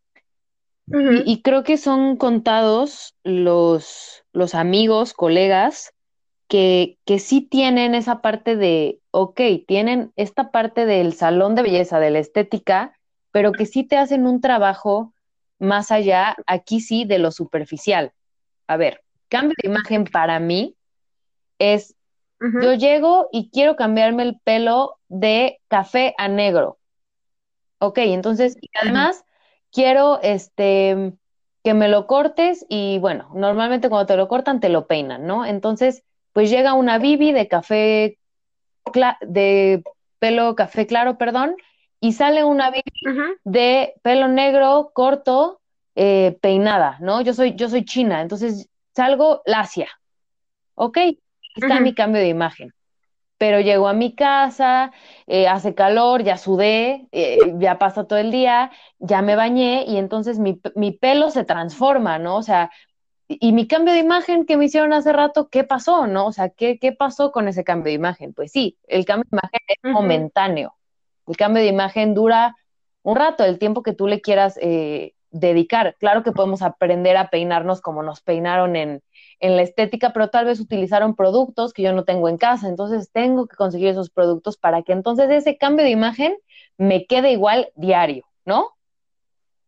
Y, Ujú, y creo que son contados los, los amigos, colegas, que, que sí tienen esa parte de, ok, tienen esta parte del salón de belleza, de la estética, pero que sí te hacen un trabajo más allá, aquí sí, de lo superficial. A ver, cambio de imagen para mí es, ujú, yo llego y quiero cambiarme el pelo de café a negro. Ok, entonces, y ujú, además quiero este que me lo cortes y bueno, normalmente cuando te lo cortan te lo peinan, ¿no? Entonces, pues llega una Bibi de café cla- de pelo café claro, perdón, y sale una Bibi ujú, de pelo negro corto, eh, peinada, ¿no? Yo soy yo soy china, entonces salgo lacia. Ok, aquí está mi ujú, cambio de imagen, pero llego a mi casa, eh, hace calor, ya sudé, eh, ya pasa todo el día, ya me bañé y entonces mi, mi pelo se transforma, ¿no? O sea, y, y mi cambio de imagen que me hicieron hace rato, ¿qué pasó, no? O sea, ¿qué, qué pasó con ese cambio de imagen? Pues sí, el cambio de imagen es ujú. momentáneo. El cambio de imagen dura un rato, el tiempo que tú le quieras eh, dedicar. Claro que podemos aprender a peinarnos como nos peinaron en, en la estética, pero tal vez utilizaron productos que yo no tengo en casa, entonces tengo que conseguir esos productos para que entonces ese cambio de imagen me quede igual diario, ¿no?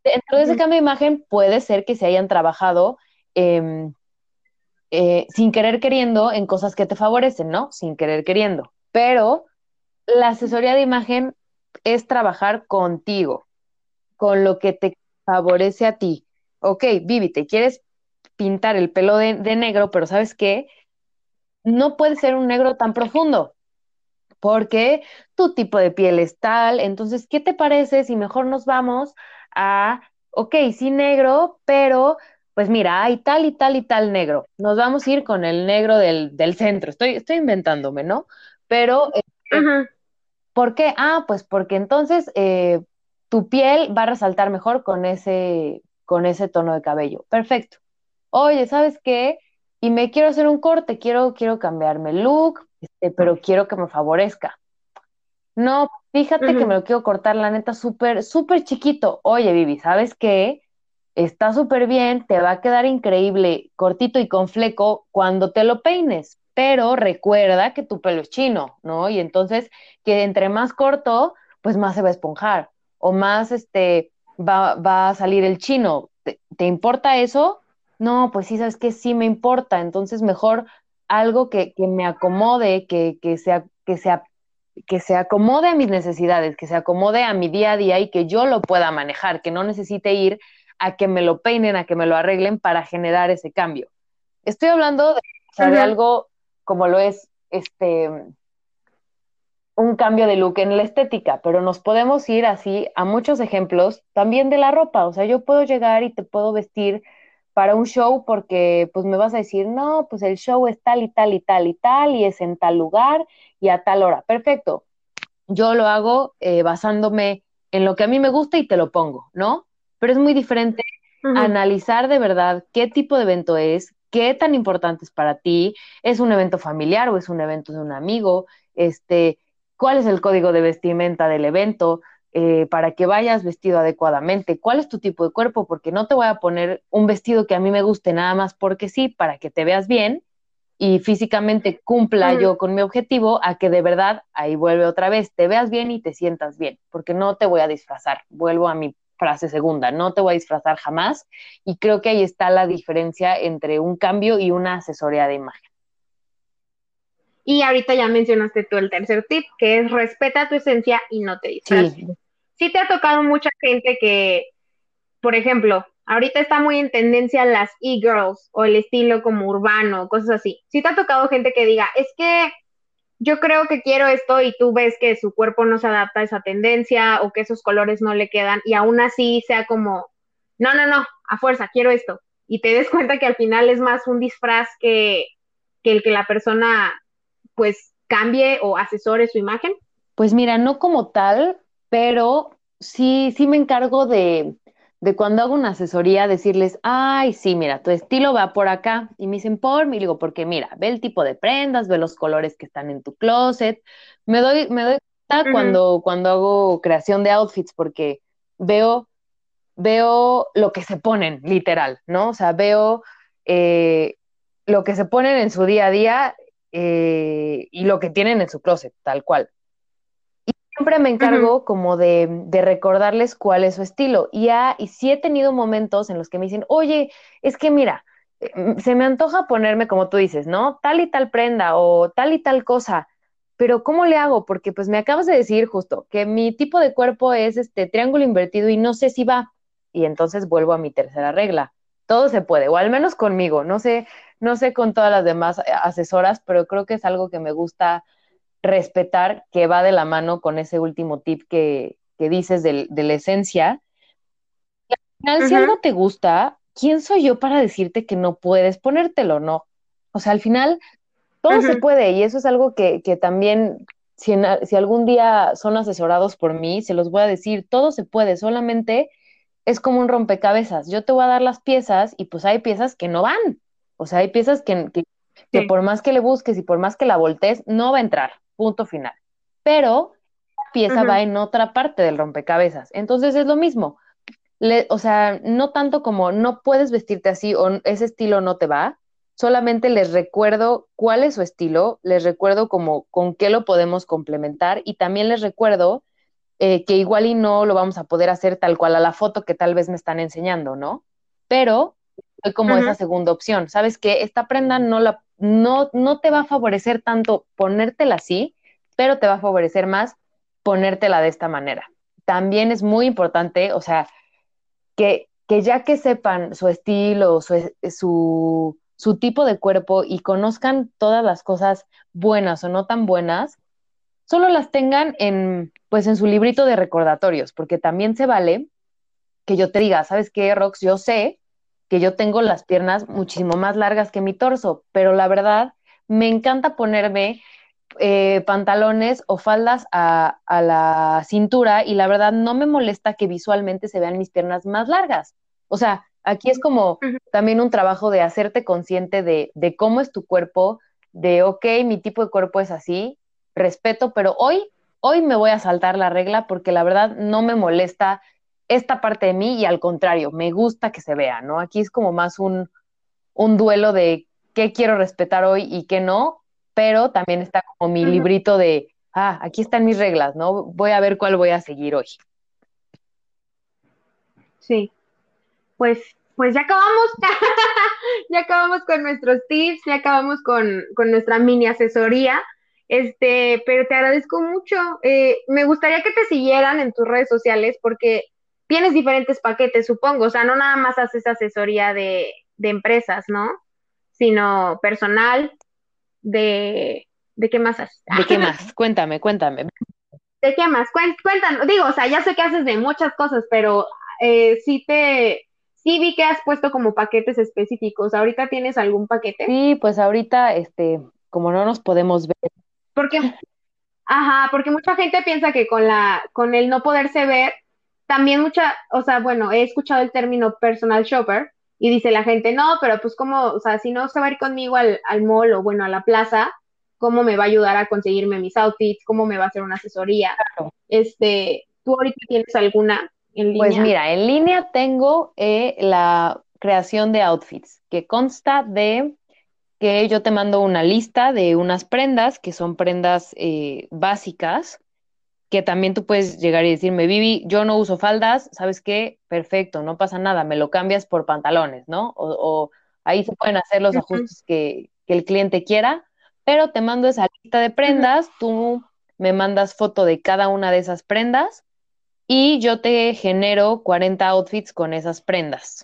dentro de ese cambio de imagen puede ser que se hayan trabajado eh, eh, sin querer queriendo en cosas que te favorecen, ¿no? Sin querer queriendo. Pero la asesoría de imagen es trabajar contigo, con lo que te favorece a ti. Ok, Vivi, te quieres pintar el pelo de, de negro, pero ¿sabes qué? No puede ser un negro tan profundo, porque tu tipo de piel es tal. Entonces, ¿qué te parece si mejor nos vamos a, ok, sí negro, pero pues mira, hay tal y tal y tal negro. Nos vamos a ir con el negro del, del centro. Estoy, estoy inventándome, ¿no? Pero, eh, Ajá, ¿por qué? Ah, pues porque entonces eh, tu piel va a resaltar mejor con ese, con ese tono de cabello. Perfecto. Oye, ¿sabes qué? Y me quiero hacer un corte, quiero, quiero cambiarme el look, este, pero quiero que me favorezca. No, fíjate que ajá. me lo quiero cortar, la neta, súper, súper chiquito. Oye, Vivi, ¿sabes qué? Está súper bien, te va a quedar increíble, cortito y con fleco cuando te lo peines, pero recuerda que tu pelo es chino, ¿no? Y entonces, que entre más corto, pues más se va a esponjar, o más, este, va, va a salir el chino. ¿Te, te importa eso? No, pues sí, sabes que sí me importa, entonces mejor algo que, que me acomode, que, que sea, que sea que se acomode a mis necesidades, que se acomode a mi día a día y que yo lo pueda manejar, que no necesite ir a que me lo peinen, a que me lo arreglen para generar ese cambio. Estoy hablando de, o sea, de Ajá. algo como lo es este un cambio de look en la estética, pero nos podemos ir así a muchos ejemplos también de la ropa. O sea, yo puedo llegar y te puedo vestir para un show porque pues me vas a decir, no, pues el show es tal y tal y tal y tal y es en tal lugar y a tal hora. Perfecto, yo lo hago eh, basándome en lo que a mí me gusta y te lo pongo, ¿no? Pero es muy diferente Ajá. analizar de verdad qué tipo de evento es, qué tan importante es para ti, es un evento familiar o es un evento de un amigo, este, cuál es el código de vestimenta del evento, eh, para que vayas vestido adecuadamente, cuál es tu tipo de cuerpo, porque no te voy a poner un vestido que a mí me guste nada más porque sí, para que te veas bien y físicamente cumpla Ajá. yo con mi objetivo, a que de verdad, ahí vuelve otra vez, te veas bien y te sientas bien, porque no te voy a disfrazar, vuelvo a mi frase segunda, no te voy a disfrazar jamás, y creo que ahí está la diferencia entre un cambio y una asesoría de imagen. Y ahorita ya mencionaste tú el tercer tip, que es respeta tu esencia y no te disfraces. Sí, Sí te ha tocado mucha gente que, por ejemplo, ahorita está muy en tendencia las e-girls o el estilo como urbano, cosas así. Sí te ha tocado gente que diga, es que yo creo que quiero esto y tú ves que su cuerpo no se adapta a esa tendencia o que esos colores no le quedan y aún así sea como, no, no, no, a fuerza, quiero esto. Y te des cuenta que al final es más un disfraz que, que el que la persona pues cambie o asesore su imagen. pues mira, no como tal, pero sí, sí me encargo de, de cuando hago una asesoría decirles, ay, sí, mira, tu estilo va por acá. Y me dicen, por mí, digo, porque mira, ve el tipo de prendas, ve los colores que están en tu closet. Me doy, me doy cuenta Ujú, cuando, cuando hago creación de outfits, porque veo, veo lo que se ponen, literal, ¿no? O sea, veo eh, lo que se ponen en su día a día eh, y lo que tienen en su closet, tal cual. Siempre me ujú. encargo como de, de recordarles cuál es su estilo. Y, ha, y sí he tenido momentos en los que me dicen, oye, es que mira, eh, mm, se me antoja ponerme como tú dices, ¿no? Tal y tal prenda o tal y tal cosa, pero ¿cómo le hago? Porque pues me acabas de decir justo que mi tipo de cuerpo es este triángulo invertido y no sé si va. Y entonces vuelvo a mi tercera regla. Todo se puede, o al menos conmigo. No sé, no sé con todas las demás eh, asesoras, pero creo que es algo que me gusta respetar, que va de la mano con ese último tip que, que dices de, de la esencia. Al final, si Ujú, algo te gusta, ¿quién soy yo para decirte que no puedes ponértelo? No. O sea, al final todo se ujú. puede y eso es algo que, que también, si, en, si algún día son asesorados por mí, se los voy a decir, todo se puede, solamente es como un rompecabezas. Yo te voy a dar las piezas y pues hay piezas que no van. O sea, hay piezas que, que, que Sí. por más que le busques y por más que la voltees, no va a entrar. Punto final. Pero la pieza Ujú, va en otra parte del rompecabezas. Entonces es lo mismo. Le, o sea, no tanto como no puedes vestirte así o ese estilo no te va, solamente les recuerdo cuál es su estilo, les recuerdo como con qué lo podemos complementar y también les recuerdo eh, que igual y no lo vamos a poder hacer tal cual a la foto que tal vez me están enseñando, ¿no? Pero soy como esa Ujú, segunda opción. ¿Sabes qué? Esta prenda no, la, no, no te va a favorecer tanto ponértela así, pero te va a favorecer más ponértela de esta manera. También es muy importante, o sea, que, que ya que sepan su estilo, su, su, su tipo de cuerpo y conozcan todas las cosas buenas o no tan buenas, solo las tengan en, pues en su librito de recordatorios, porque también se vale que yo te diga, ¿sabes qué, Rox? Yo sé que yo tengo las piernas muchísimo más largas que mi torso, pero la verdad me encanta ponerme eh, pantalones o faldas a, a la cintura y la verdad no me molesta que visualmente se vean mis piernas más largas. O sea, aquí es como ujú. también un trabajo de hacerte consciente de, de cómo es tu cuerpo, de, ok, mi tipo de cuerpo es así, respeto, pero hoy, hoy me voy a saltar la regla porque la verdad no me molesta esta parte de mí y al contrario, me gusta que se vea, ¿no? Aquí es como más un, un duelo de qué quiero respetar hoy y qué no, pero también está como mi Ujú. librito de, ah, aquí están mis reglas, ¿no? Voy a ver cuál voy a seguir hoy. Sí, pues, pues ya acabamos, ya acabamos con nuestros tips, ya acabamos con, con nuestra mini asesoría. Este, pero te agradezco mucho. Eh, me gustaría que te siguieran en tus redes sociales porque tienes diferentes paquetes, supongo. O sea, no nada más haces asesoría de, de empresas, ¿no? Sino personal, de, ¿de qué más haces? ¿De qué más? Cuéntame, cuéntame. ¿De qué más? Cuen- Cuéntanos, digo, o sea, ya sé que haces de muchas cosas, pero eh, sí te, sí vi que has puesto como paquetes específicos. ¿Ahorita tienes algún paquete? Sí, pues ahorita, este, como no nos podemos ver, Porque, ajá, porque mucha gente piensa que con la, con el no poderse ver, también mucha, o sea, bueno, he escuchado el término personal shopper y dice la gente, no, pero pues cómo, o sea, si no se va a ir conmigo al, al mall o bueno, a la plaza, ¿cómo me va a ayudar a conseguirme mis outfits? ¿Cómo me va a hacer una asesoría? Este, ¿tú ahorita tienes alguna en pues línea? mira, en línea tengo eh, la creación de outfits, que consta de que yo te mando una lista de unas prendas, que son prendas eh, básicas, que también tú puedes llegar y decirme, Vivi, yo no uso faldas, ¿sabes qué? Perfecto, no pasa nada, me lo cambias por pantalones, ¿no? O, o ahí se pueden hacer los Ujú, ajustes que, que el cliente quiera, pero te mando esa lista de ujú. prendas, tú me mandas foto de cada una de esas prendas y yo te genero cuarenta outfits con esas prendas.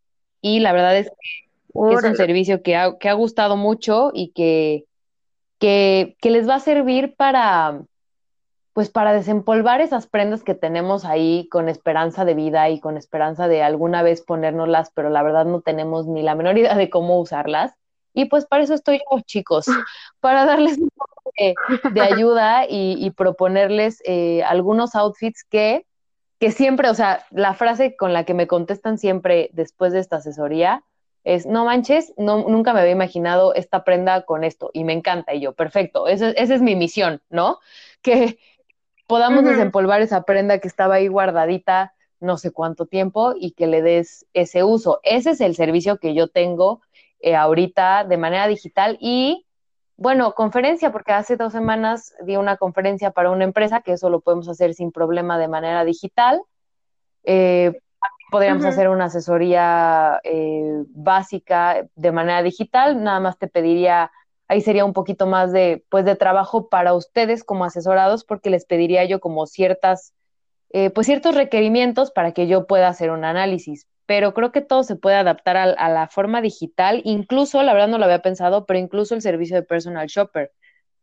Y la verdad es que es un Órale. servicio que ha, que ha gustado mucho y que, que, que les va a servir para pues para desempolvar esas prendas que tenemos ahí con esperanza de vida y con esperanza de alguna vez ponérnoslas, pero la verdad no tenemos ni la menor idea de cómo usarlas. Y pues para eso estoy yo, chicos, para darles un poco de, de ayuda y, y proponerles eh, algunos outfits que, que siempre, o sea, la frase con la que me contestan siempre después de esta asesoría es, no manches, no, nunca me había imaginado esta prenda con esto y me encanta. Y yo, perfecto, eso, esa es mi misión, ¿no? Que, podamos Ujú. desempolvar esa prenda que estaba ahí guardadita no sé cuánto tiempo y que le des ese uso. Ese es el servicio que yo tengo eh, ahorita de manera digital y, bueno, conferencia, porque hace dos semanas di una conferencia para una empresa que eso lo podemos hacer sin problema de manera digital. Eh, Podríamos Ujú. hacer una asesoría eh, básica de manera digital, nada más te pediría, ahí sería un poquito más de, pues, de trabajo para ustedes como asesorados, porque les pediría yo como ciertas, eh, pues ciertos requerimientos para que yo pueda hacer un análisis. Pero creo que todo se puede adaptar a, a la forma digital, incluso, la verdad no lo había pensado, pero incluso el servicio de personal shopper.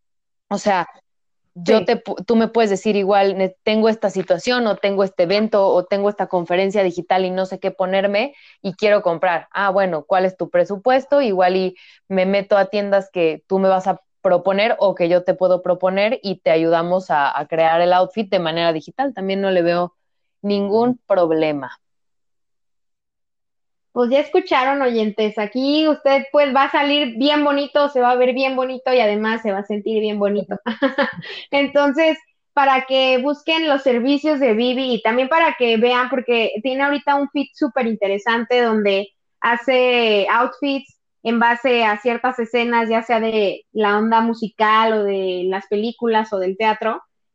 O sea, yo Sí. te, tú me puedes decir igual, tengo esta situación o tengo este evento o tengo esta conferencia digital y no sé qué ponerme y quiero comprar. Ah, bueno, ¿cuál es tu presupuesto? Igual y me meto a tiendas que tú me vas a proponer o que yo te puedo proponer y te ayudamos a, a crear el outfit de manera digital. También no le veo ningún problema. Pues ya escucharon, oyentes. Aquí usted pues va a salir bien bonito, se va a ver bien bonito y además se va a sentir bien bonito. Entonces, para que busquen los servicios de Vivi y también para que vean, porque tiene ahorita un feed súper interesante donde hace outfits en base a ciertas escenas, ya sea de la onda musical o de las películas o del teatro.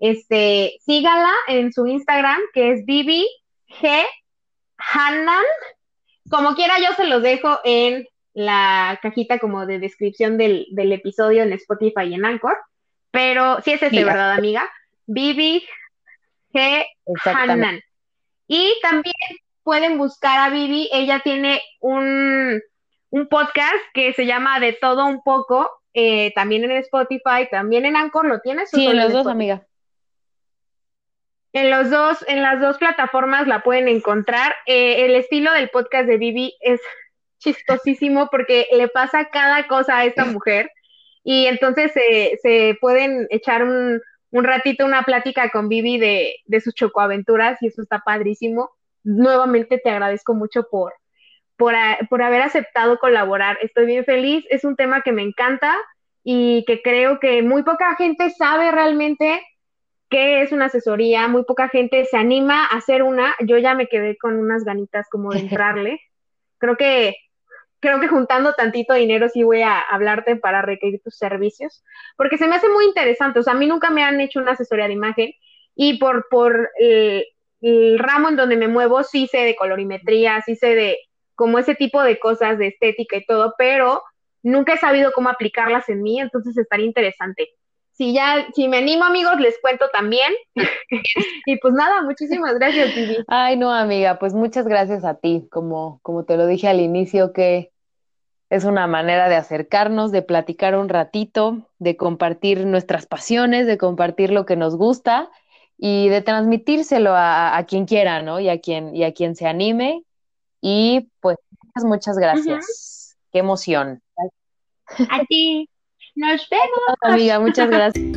Este, síganla en su Instagram, que es Vivi G. Hannan. Como quiera, yo se los dejo en la cajita como de descripción del, del episodio en Spotify y en Anchor. Pero sí es ese, Sí, ¿verdad, amiga? Vivi G. exactamente. Hannan. Y también pueden buscar a Vivi. Ella tiene un, un podcast que se llama De Todo Un Poco, eh, también en Spotify, también en Anchor. ¿Lo tienes o Sí, en solo en los dos, Spotify? amiga. En los dos, en las dos plataformas la pueden encontrar. Eh, el estilo del podcast de Vivi es chistosísimo porque le pasa cada cosa a esta mujer y entonces se, se pueden echar un, un ratito, una plática con Vivi de, de sus chocoaventuras y eso está padrísimo. Nuevamente te agradezco mucho por, por, a- por haber aceptado colaborar. Estoy bien feliz. Es un tema que me encanta y que creo que muy poca gente sabe realmente qué es una asesoría. Muy poca gente se anima a hacer una. Yo ya me quedé con unas ganitas como de entrarle. Creo que creo que juntando tantito dinero sí voy a hablarte para requerir tus servicios, porque se me hace muy interesante. O sea, a mí nunca me han hecho una asesoría de imagen y por, por el, el ramo en donde me muevo sí sé de colorimetría, sí sé de como ese tipo de cosas de estética y todo, pero nunca he sabido cómo aplicarlas en mí, entonces estaría interesante. Si ya, si me animo, amigos, les cuento también. Y pues nada, muchísimas gracias, Vivi. Ay, no, amiga, pues muchas gracias a ti. Como, como te lo dije al inicio, que es una manera de acercarnos, de platicar un ratito, de compartir nuestras pasiones, de compartir lo que nos gusta y de transmitírselo a, a quien quiera, ¿no? Y a quien, y a quien se anime. Y pues muchas, muchas Ujú. gracias. Qué emoción. A ti. Nos vemos. Amiga, muchas gracias.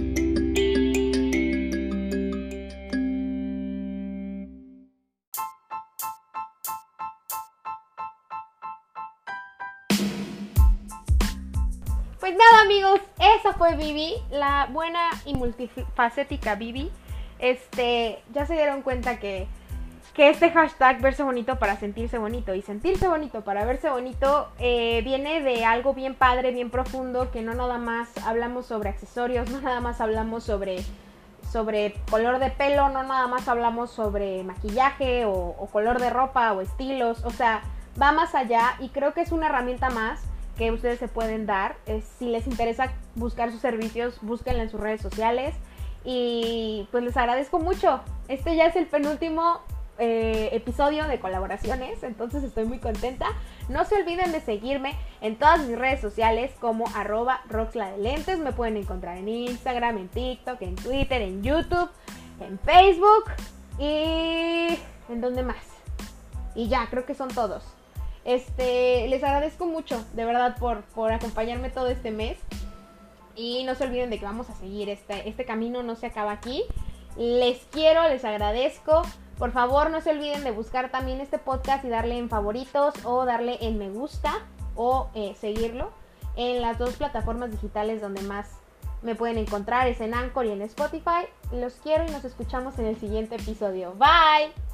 Pues nada, amigos, esa fue Vivi, la buena y multifacética Vivi. Este, ya se dieron cuenta que, que este hashtag verse bonito para sentirse bonito y sentirse bonito para verse bonito eh, viene de algo bien padre, bien profundo, que no nada más hablamos sobre accesorios, no nada más hablamos sobre, sobre color de pelo, no nada más hablamos sobre maquillaje o, o color de ropa o estilos, o sea, va más allá y creo que es una herramienta más que ustedes se pueden dar. Eh, si les interesa buscar sus servicios, búsquenla en sus redes sociales y pues les agradezco mucho. Este ya es el penúltimo eh, episodio de colaboraciones, entonces estoy muy contenta. No se olviden de seguirme en todas mis redes sociales como arroba roxladelentes. Me pueden encontrar en Instagram, en TikTok, en Twitter, en YouTube, en Facebook y ¿en dónde más? Y ya, creo que son todos. Este, les agradezco mucho, de verdad, por, por acompañarme todo este mes. Y no se olviden de que vamos a seguir, este, este camino no se acaba aquí. Les quiero, les agradezco. Por favor, no se olviden de buscar también este podcast y darle en favoritos o darle en me gusta o eh, seguirlo en las dos plataformas digitales donde más me pueden encontrar, es en Anchor y en Spotify. Los quiero y nos escuchamos en el siguiente episodio. Bye.